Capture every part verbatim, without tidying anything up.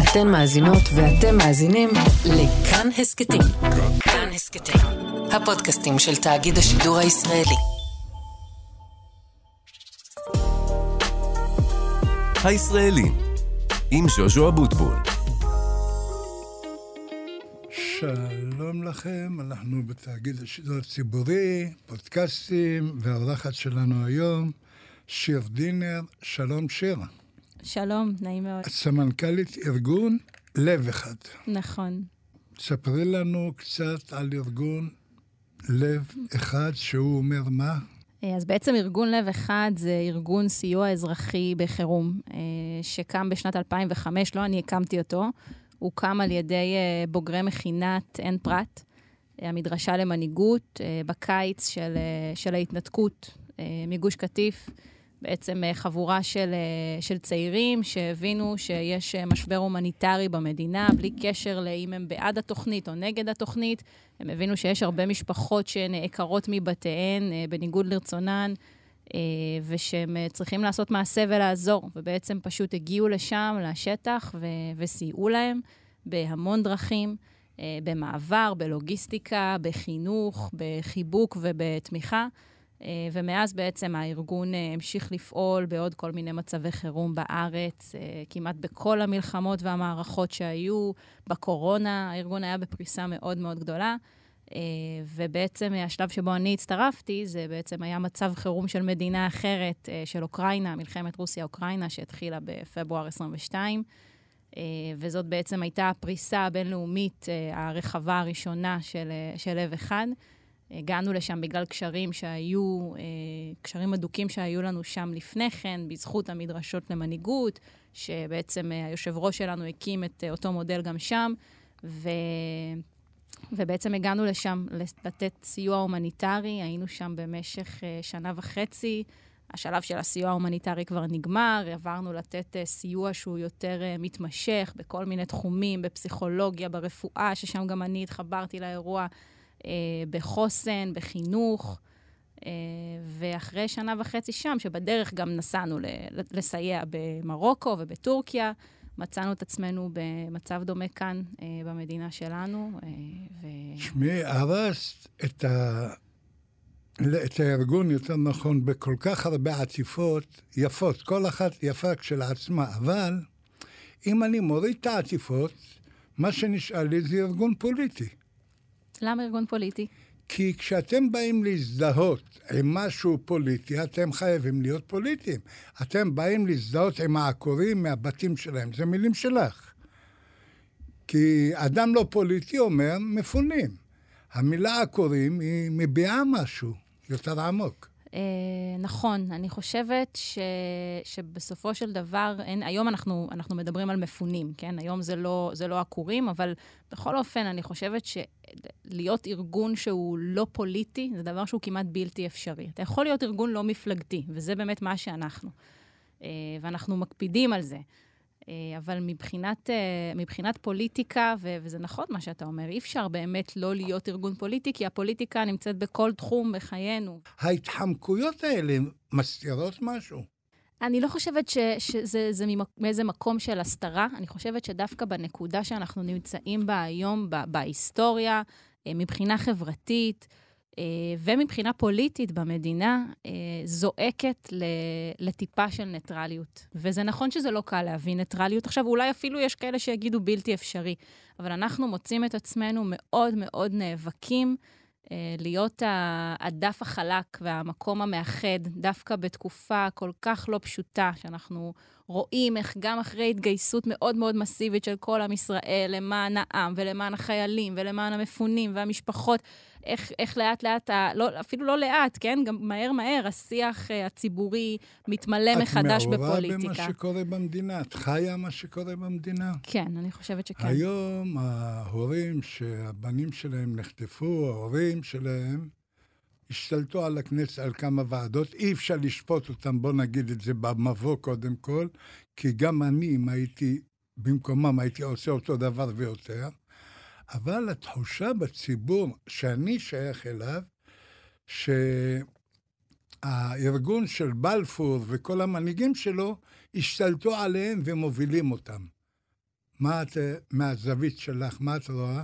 אתן מאזינות ואתם מאזינים לכאן הסקטים. כאן הסקטים, הפודקאסטים של תאגיד השידור הישראלי. הישראלים, עם ז'וז'ו אבוטבול. שלום לכם, אנחנו בתאגיד השידור הציבורי, פודקאסטים, והאורחת שלנו היום, שיר דינר. שלום שיר. שלום, נעים מאוד. את סמנכ"לית ארגון לב אחד. נכון. תספרי לנו קצת על ארגון לב אחד, שהוא אומר מה? אז בעצם ארגון לב אחד זה ארגון סיוע אזרחי בחירום, שקם בשנת אלפיים וחמש, לא אני הקמתי אותו, הוא קם על ידי בוגרי מכינת עין פרת, המדרשה למנהיגות, בקיץ של, של ההתנתקות מגוש קטיף, בעצם חבורה של, של צעירים שהבינו שיש משבר הומניטרי במדינה, בלי קשר לאם הם בעד התוכנית או נגד התוכנית. הם הבינו שיש הרבה משפחות שנעקרות מבתיהן בניגוד לרצונן, ושהם צריכים לעשות מעשה ולעזור. ובעצם פשוט הגיעו לשם, לשטח, ו- וסייעו להם בהמון דרכים, במעבר, בלוגיסטיקה, בחינוך, בחיבוק ובתמיכה. ומאז בעצם הארגון המשיך לפעול בעוד כל מיני מצבי חירום בארץ, כמעט בכל המלחמות והמערכות שהיו. בקורונה הארגון היה בפריסה מאוד מאוד גדולה, ובעצם השלב שבו אני הצטרפתי, זה בעצם היה מצב חירום של מדינה אחרת, של אוקראינה, מלחמת רוסיה-אוקראינה, שהתחילה בפברואר עשרים ושתיים, וזאת בעצם הייתה הפריסה הבינלאומית הרחבה הראשונה של, של לב אחד. הגענו לשם בגלל קשרים שהיו, קשרים אדוקים שהיו לנו שם לפני כן, בזכות המדרשות למנהיגות, שבעצם היושב ראש שלנו הקים את אותו מודל גם שם, ו... ובעצם הגענו לשם לתת סיוע הומניטרי, היינו שם במשך שנה וחצי, השלב של הסיוע ההומניטרי כבר נגמר, עברנו לתת סיוע שהוא יותר מתמשך, בכל מיני תחומים, בפסיכולוגיה, ברפואה, ששם גם אני התחברתי לאירוע, בחוסן, בחינוך, ואחרי שנה וחצי שם, שבדרך גם נסענו לסייע במרוקו ובטורקיה, מצאנו את עצמנו במצב דומה כאן במדינה שלנו. שמי, הרסת את, ה... את הארגון, יותר נכון, בכל כך הרבה עטיפות יפות, כל אחת יפה כשלעצמה, אבל אם אני מוריד את העטיפות, מה שנשאר לי זה ארגון פוליטי. למה ארגון פוליטי? כי כשאתם באים להזדהות עם משהו פוליטי, אתם חייבים להיות פוליטיים. אתם באים להזדהות עם העקורים מהבתים שלהם. זה מילים שלך. כי אדם לא פוליטי אומר מפונים. המילה עקורים היא מביעה משהו יותר עמוק. נכון, אני חושבת ש, שבסופו של דבר, אין, היום אנחנו, אנחנו מדברים על מפונים, כן? היום זה לא, זה לא עקורים, אבל בכל אופן אני חושבת שלהיות ארגון שהוא לא פוליטי, זה דבר שהוא כמעט בלתי אפשרי. אתה יכול להיות ארגון לא מפלגתי, וזה באמת מה שאנחנו. ואנחנו מקפידים על זה. אבל מבחינת, מבחינת פוליטיקה, וזה נכון מה שאתה אומר, אי אפשר באמת לא להיות ארגון פוליטי, כי הפוליטיקה נמצאת בכל תחום בחיינו. ההתחמקויות האלה מסתירות משהו? אני לא חושבת ש, שזה זה מאיזה מקום של הסתרה, אני חושבת שדווקא בנקודה שאנחנו נמצאים בה היום, בהיסטוריה, מבחינה חברתית, ומבחינה פוליטית במדינה, זועקת לטיפה של ניטרליות. וזה נכון שזה לא קל להבין ניטרליות. עכשיו, אולי אפילו יש כאלה שיגידו בלתי אפשרי, אבל אנחנו מוצאים את עצמנו מאוד מאוד נאבקים להיות הדף החלק והמקום המאחד, דווקא בתקופה כל כך לא פשוטה, שאנחנו רואים איך גם אחרי התגייסות מאוד מאוד מסיבית של כל עם ישראל, למען העם ולמען החיילים ולמען המפונים והמשפחות, איך, איך לאט לאט, לא, אפילו לא לאט, כן? גם מהר מהר, השיח הציבורי מתמלא מחדש בפוליטיקה. את מעורבה במה שקורה במדינה? את חיה מה שקורה במדינה? כן, אני חושבת שכן. היום ההורים שהבנים שלהם נחטפו, ההורים שלהם השתלטו על הכנסת, על כמה ועדות, אי אפשר לשפוט אותם, בוא נגיד את זה במבוא קודם כל, כי גם אני, אם הייתי במקומם, הייתי עושה אותו דבר ויותר, אבל התחושה בציבור שאני שייך אליו, שהארגון של בלפור וכל המנהיגים שלו השתלטו עליהם ומובילים אותם. מה את, מהזווית שלך, מה את רואה?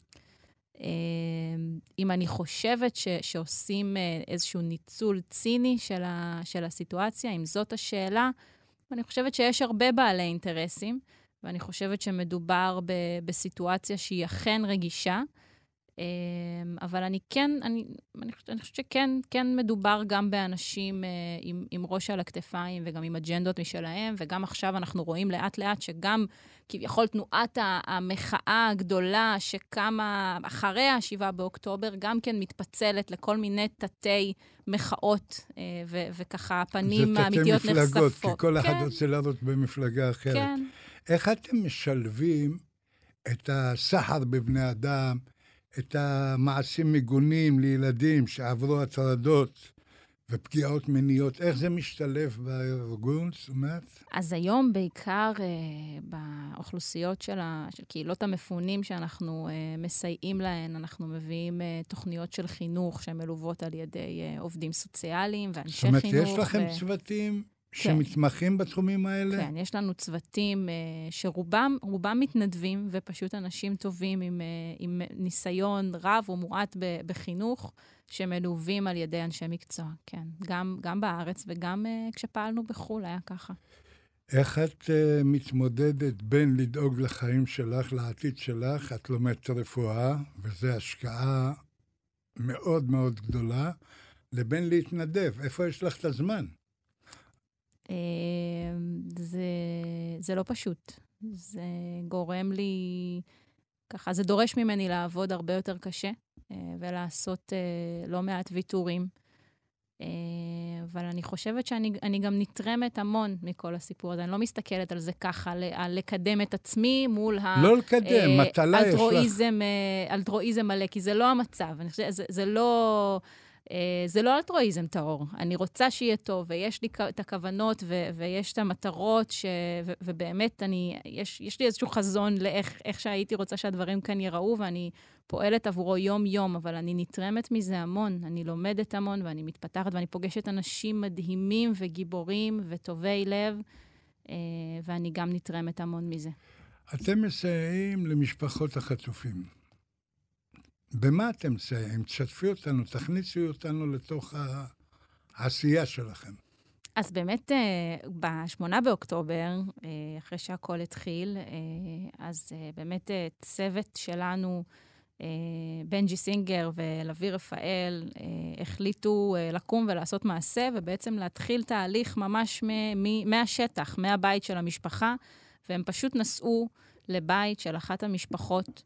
אם אני חושבת ש, שעושים איזשהו ניצול ציני של, ה, של הסיטואציה, אם זאת השאלה, אני חושבת שיש הרבה בעלי אינטרסים, ואני חושבת שמדובר ב, בסיטואציה שהיא אכן רגישה, אבל אני כן, אני, אני, אני חושבת שכן כן מדובר גם באנשים עם, עם ראש על הכתפיים וגם עם אג'נדות משלהם, וגם עכשיו אנחנו רואים לאט לאט שגם כביכול תנועת המחאה הגדולה שקמה אחרי השבעה באוקטובר, גם כן מתפצלת לכל מיני תתי מחאות, ו, וככה הפנים האמיתיות נחשפות. זה תתי מפלגות, כי כל אחד כן. רוצה לעלות במפלגה אחרת. כן. איך אתם משלבים את הסחר בבני אדם, את המעשים מגונים לילדים שעברו הטרדות ופגיעות מיניות, איך זה משתלב בארגון, זאת אומרת? אז היום בעיקר אה, באוכלוסיות של, ה, של קהילות המפונים שאנחנו אה, מסייעים להן, אנחנו מביאים אה, תוכניות של חינוך שמלוות על ידי אה, עובדים סוציאליים ואנשי חינוך. זאת אומרת, יש לכם ו... צוותים שמתמחים בתחומים האלה? כן, יש לנו צוותים אה, שרובם רובם מתנדבים, ופשוט אנשים טובים עם, אה, עם ניסיון רב או מועט ב, בחינוך, שמלווים על ידי אנשי מקצוע, כן. גם, גם בארץ וגם אה, כשפעלנו בחו"ל היה ככה. איך את אה, מתמודדת בין לדאוג לחיים שלך, לעתיד שלך, את לומדת רפואה, וזו השקעה מאוד מאוד גדולה, לבין להתנדב, איפה יש לך את הזמן? זה, זה לא פשוט. זה גורם לי, ככה, זה דורש ממני לעבוד הרבה יותר קשה, ולעשות לא מעט ויתורים. אבל אני חושבת שאני אני גם נתרמת המון מכל הסיפור הזה. אני לא מסתכלת על זה ככה, על לקדם את עצמי מול לא לקדם, מטלה יש לך. אלטרואיזם מלא, כי זה לא המצב. אני חושבת, זה, זה לא... זה לא אלטרואיזם טהור. אני רוצה שיהיה טוב, ויש לי את הכוונות, ו- ויש את המטרות, ש- ו- ובאמת אני, יש, יש לי איזשהו חזון לאיך איך שהייתי רוצה שהדברים כאן ייראו, ואני פועלת עבורו יום-יום, אבל אני נתרמת מזה המון, אני לומדת המון, ואני מתפתחת, ואני פוגשת אנשים מדהימים וגיבורים וטובי לב, ואני גם נתרמת המון מזה. אתם מסייעים למשפחות החטופים. במה אתם מסייעים? תשתפי אותנו, תכניסו אותנו לתוך העשייה שלכם. אז באמת, בשמונה באוקטובר, אחרי שהכל התחיל, אז באמת צוות שלנו, בנג'י סינגר ולוי רפאל, החליטו לקום ולעשות מעשה, ובעצם להתחיל תהליך ממש מהשטח, מהבית של המשפחה, והם פשוט נסעו לבית של אחת המשפחות,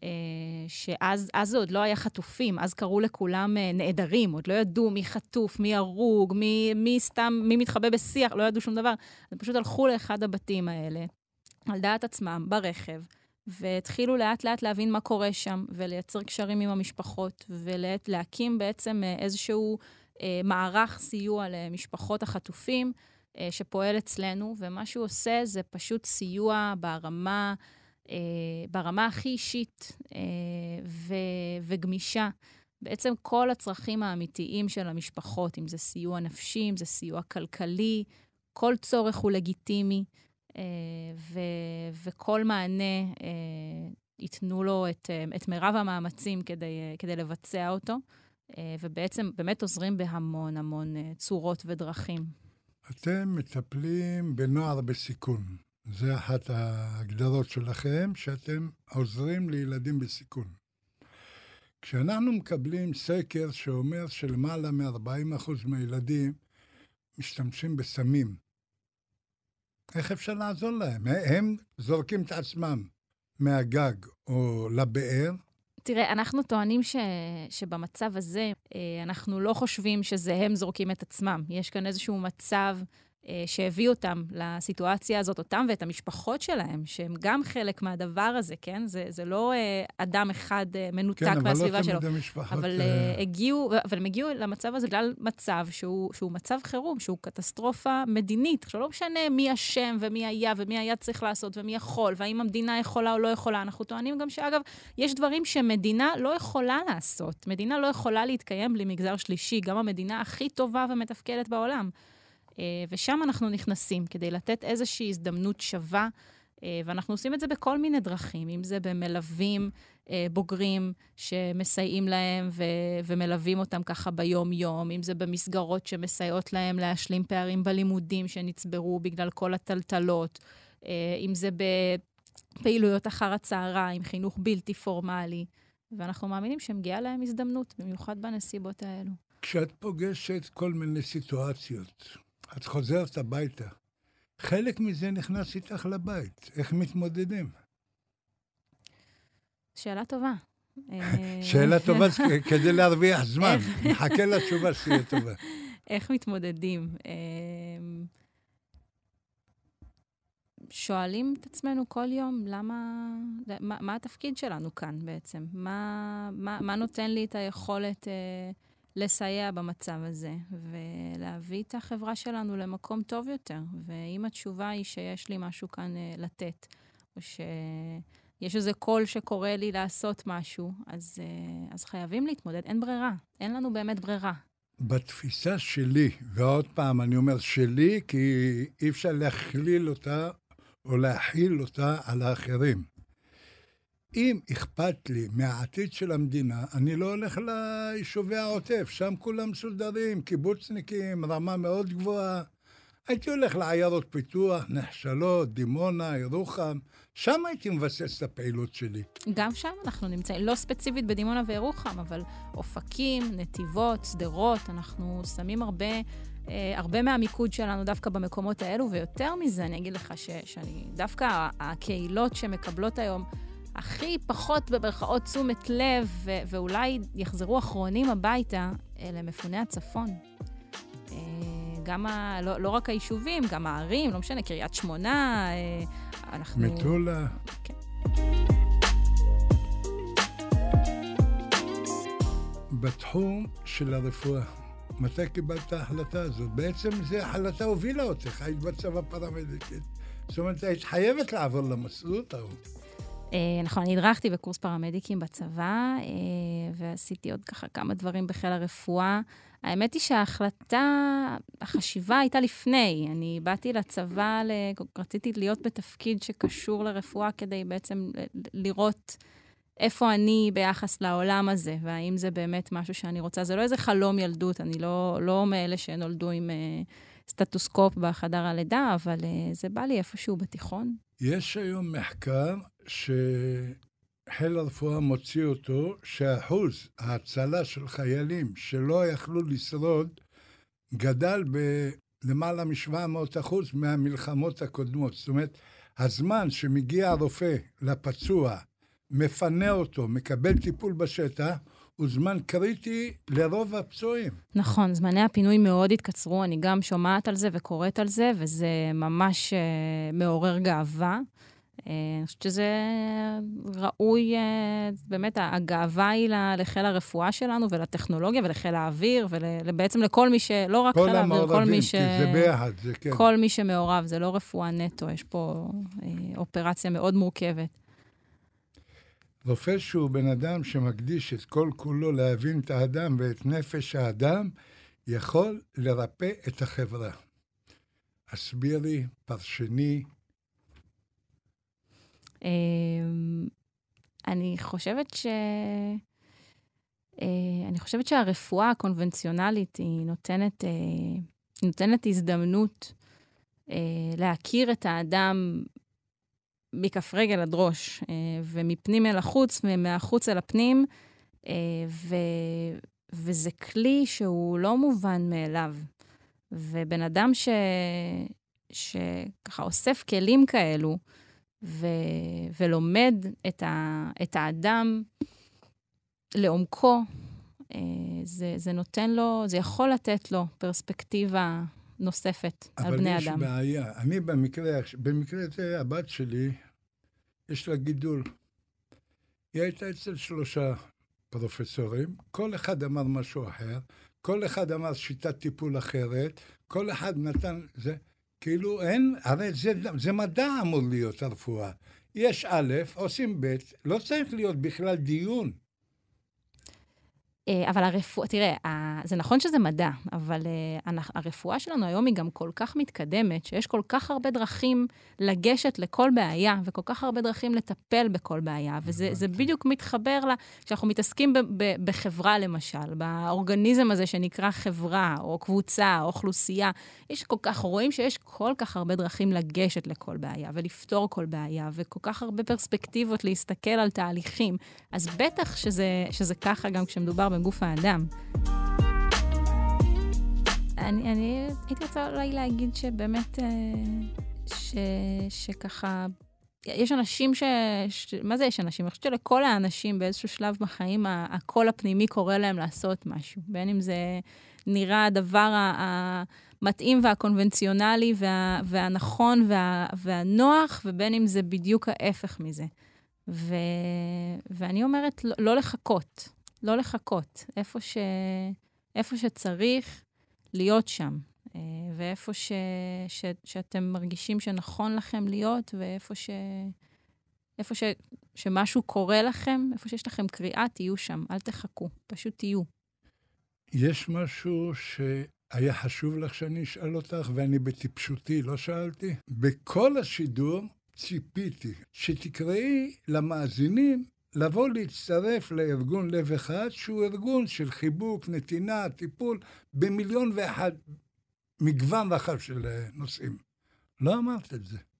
שאז אז עוד לא היה חטופים, אז קראו לכולם נעדרים, עוד לא ידעו מי חטוף, מי הרוג, מי, מי סתם, מי מתחבא בשיח, לא ידעו שום דבר. הם פשוט הלכו לאחד הבתים האלה, על דעת עצמם, ברכב, והתחילו לאט לאט להבין מה קורה שם, ולייצר קשרים עם המשפחות, ולהקים בעצם איזשהו אה, מערך סיוע למשפחות החטופים, אה, שפועל אצלנו, ומה שהוא עושה זה פשוט סיוע ברמה, Uh, ברמה הכי אישית uh, ו- וגמישה. בעצם כל הצרכים האמיתיים של המשפחות, אם זה סיוע נפשי, אם זה סיוע כלכלי, כל צורך הוא לגיטימי, uh, ו- וכל מענה uh, ייתנו לו את, uh, את מירב המאמצים כדי, uh, כדי לבצע אותו, uh, ובעצם באמת עוזרים בהמון המון uh, צורות ודרכים. אתם מטפלים בנוער בסיכון. זה אחת ההגדרות שלכם, שאתם עוזרים לילדים בסיכון. כשאנחנו מקבלים סקר שאומר שלמעלה מ-ארבעים אחוז מהילדים משתמשים בסמים, איך אפשר לעזור להם? הם זורקים את עצמם מהגג או לבאר. תראה, אנחנו טוענים ש... שבמצב הזה, אנחנו לא חושבים שזה הם זורקים את עצמם. יש כאן איזשהו מצב שהביא אותם לסיטואציה הזאת, אותם ואת המשפחות שלהם, שהם גם חלק מהדבר הזה, כן? זה, זה לא אדם אחד מנותק כן, מהסביבה לא שלו. המשפחות... אבל, הגיעו, אבל הם הגיעו למצב הזה בגלל מצב שהוא, שהוא מצב חירום, שהוא קטסטרופה מדינית. עכשיו לא משנה מי השם ומי היה ומי היה צריך לעשות ומי יכול, והאם המדינה יכולה או לא יכולה. אנחנו טוענים גם שאגב, יש דברים שמדינה לא יכולה לעשות. מדינה לא יכולה להתקיים בלי מגזר שלישי, גם המדינה הכי טובה ומתפקדת בעולם. ושם אנחנו נכנסים כדי לתת איזושהי הזדמנות שווה ואנחנו עושים את זה בכל מיני דרכים, אם זה במלווים בוגרים שמסייעים להם ו- ומלווים אותם ככה ביום-יום, אם זה במסגרות שמסייעות להם להשלים פערים בלימודים שנצברו בגלל כל הטלטלות, אם זה בפעילויות אחר הצהריים, חינוך בלתי פורמלי, ואנחנו מאמינים שמגיעה להם הזדמנות, במיוחד בנסיבות האלו. כשאת פוגשת כל מיני סיטואציות, את חוזרת הביתה, חלק מזה נכנס איתך לבית. איך מתמודדים? שאלה טובה. שאלה טובה כדי להרוויח זמן. מחכה לתשובה שיהיה טובה. איך מתמודדים? שואלים את עצמנו כל יום, למה, מה, מה התפקיד שלנו כאן בעצם? מה, מה, מה נותן לי את היכולת אה, לסייע במצב הזה, ולהביא את החברה שלנו למקום טוב יותר? ואם התשובה היא שיש לי משהו כאן אה, לתת, או שיש איזה קול שקורא לי לעשות משהו, אז, אה, אז חייבים להתמודד. אין ברירה, אין לנו באמת ברירה. בתפיסה שלי, ועוד פעם אני אומר שלי, כי אי אפשר להכליל אותה, או להכיל אותה על האחרים. אם אכפת לי מהעתיד של המדינה, אני לא הולך ליישובי העוטף, שם כולם מסודרים, קיבוצניקים, רמה מאוד גבוהה. הייתי הולך לעיירות פיתוח, נחשלות, דימונה, ירוחם, שם הייתי מבסס את הפעילות שלי. גם שם אנחנו נמצאים, לא ספציפית בדימונה וירוחם, אבל אופקים, נתיבות, סדרות, אנחנו שמים הרבה... הרבה מהמיקוד שלנו דווקא במקומות האלו, ויותר מזה, אני אגיד לך ש, שאני, דווקא הקהילות שמקבלות היום הכי פחות בברכאות תשומת לב, ו, ואולי יחזרו אחרונים הביתה, אלה מפוני הצפון. גם ה, לא, לא רק היישובים, גם הערים, לא משנה, קריית שמונה, אנחנו... מטולה. כן. בתחום של הרפואה. מתי קיבלת ההחלטה הזאת? בעצם זו החלטה הובילה אותך, היית בצבא פרמדיקית. זאת אומרת, היית חייבת לעבור למסלול ההוא. נכון, אני הדרכתי בקורס פרמדיקים בצבא, ועשיתי עוד ככה כמה דברים בחיל הרפואה. האמת היא שההחלטה, החשיבה הייתה לפני. אני באתי לצבא, רציתי להיות בתפקיד שקשור לרפואה, כדי בעצם לראות איפה אני ביחס לעולם הזה, והאם זה באמת משהו שאני רוצה. זה לא איזה חלום ילדות, אני לא, לא מאלה שנולדו עם uh, סטטוסקופ בחדר הלידה, אבל uh, זה בא לי איפשהו בתיכון. יש היום מחקר שחיל הרפואה מוציא אותו, שאחוז ההצלה של חיילים שלא יכלו לשרוד, גדל בלמעלה מ-שבע מאות אחוז מהמלחמות הקודמות. זאת אומרת, הזמן שמגיע הרופא לפצוע, מפנה אותו, מקבל טיפול בשטח, הוא זמן קריטי לרוב הפצועים. נכון, זמני הפינוי מאוד התקצרו, אני גם שומעת על זה וקוראת על זה, וזה ממש uh, מעורר גאווה. Uh, אני חושבת שזה ראוי, uh, באמת הגאווה היא לחיל הרפואה שלנו, ולטכנולוגיה, ולחיל האוויר, ובעצם לכל מי ש... לא רק חיל האוויר, כל מי ש... זה ביחד, זה כן. כל מי שמעורב, זה לא רפואה נטו, יש פה uh, אופרציה מאוד מורכבת. רופא שהוא בן אדם שמקדיש את כל כולו להבין את האדם ואת נפש האדם, יכול לרפא את החברה. הסבירי, פרשני. אני חושבת ש... אני חושבת שהרפואה הקונבנציונלית היא נותנת, היא נותנת הזדמנות להכיר את האדם מכף רגל עד ראש, ומפנים אל החוץ, ומהחוץ אל הפנים, ו... וזה כלי שהוא לא מובן מאליו. ובן אדם ש... שככה אוסף כלים כאלו, ו... ולומד את, ה... את האדם לעומקו, זה, זה נותן לו, זה יכול לתת לו פרספקטיבה נוספת על בני אדם. אבל יש בעיה. אני במקרה, במקרה זה הבת שלי, יש לה גידול. היא הייתה אצל שלושה פרופסורים, כל אחד אמר משהו אחר, כל אחד אמר שיטת טיפול אחרת, כל אחד נתן, זה כאילו אין, הרי זה, זה מדע אמור להיות הרפואה. יש א', עושים ב', לא צריך להיות בכלל דיון. אבל הרפואה, תראה, זה נכון שזה מדע, אבל הרפואה שלנו היום היא גם כל כך מתקדמת, שיש כל כך הרבה דרכים לגשת לכל בעיה, וכל כך הרבה דרכים לטפל בכל בעיה, וזה בדיוק מתחבר לה, כשאנחנו מתעסקים בחברה למשל, באורגניזם הזה שנקרא חברה, או קבוצה, או אוכלוסייה, יש כל כך, רואים שיש כל כך הרבה דרכים לגשת לכל בעיה, ולפתור כל בעיה, וכל כך הרבה פרספקטיבות להסתכל על תהליכים, אז בטח שזה, שזה ככה גם כשמדובר בגוף האדם. אני, אני הייתי רוצה אולי להגיד שבאמת, ש, שככה, יש אנשים ש, ש... מה זה יש אנשים? אני חושבת שלכל האנשים באיזשהו שלב בחיים, הקול הפנימי קורא להם לעשות משהו. בין אם זה נראה הדבר המתאים והקונבנציונלי וה, והנכון וה, והנוח, ובין אם זה בדיוק ההפך מזה. ו, ואני אומרת, לא, לא לחכות. לא לחכות, איפה, ש... איפה שצריך להיות שם, ואיפה ש... ש... שאתם מרגישים שנכון לכם להיות, ואיפה ש... איפה ש... שמשהו קורה לכם, איפה שיש לכם קריאה, תהיו שם, אל תחכו, פשוט תהיו. יש משהו שהיה חשוב לך שאני אשאל אותך, ואני בטיפשותי לא שאלתי? בכל השידור ציפיתי שתקראי למאזינים, לבוא להצטרף לארגון לב אחד, שהוא ארגון של חיבוק, נתינה, טיפול, במיליון ואחד מגוון רחב של נושאים. לא אמרת את זה.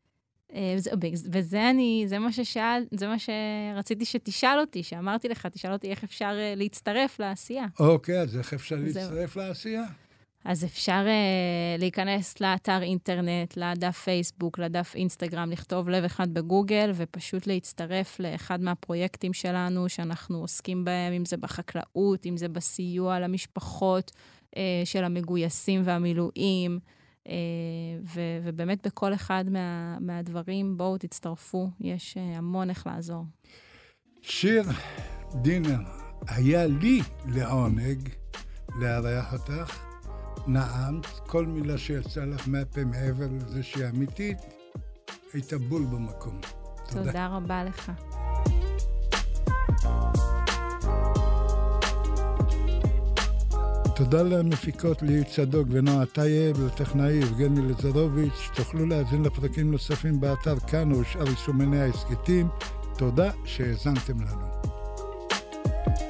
וזה אני, זה מה ששאל, זה מה שרציתי שתשאל אותי, שאמרתי לך, תשאל אותי איך אפשר להצטרף לעשייה. אוקיי, אז איך אפשר להצטרף לעשייה? אז אפשר uh, להיכנס לאתר אינטרנט, לדף פייסבוק, לדף אינסטגרם, לכתוב לב אחד בגוגל, ופשוט להצטרף לאחד מהפרויקטים שלנו, שאנחנו עוסקים בהם, אם זה בחקלאות, אם זה בסיוע למשפחות uh, של המגויסים והמילואים, uh, ו- ובאמת בכל אחד מה- מהדברים, בואו תצטרפו, יש uh, המון איך לעזור. שיר דינר, היה לי לעונג לארח אותך, נעמת, כל מילה שיצא לך מהפה מעבר לזה שהיא אמיתית, היית בול במקום. תודה. תודה רבה לך. תודה למפיקות לי צדוק ונועה טייב, לטכנאי יבגני לזרוביץ', תוכלו להאזין לפרקים נוספים באתר כאן או שאר יישומני העסקתים. תודה שהאזנתם לנו.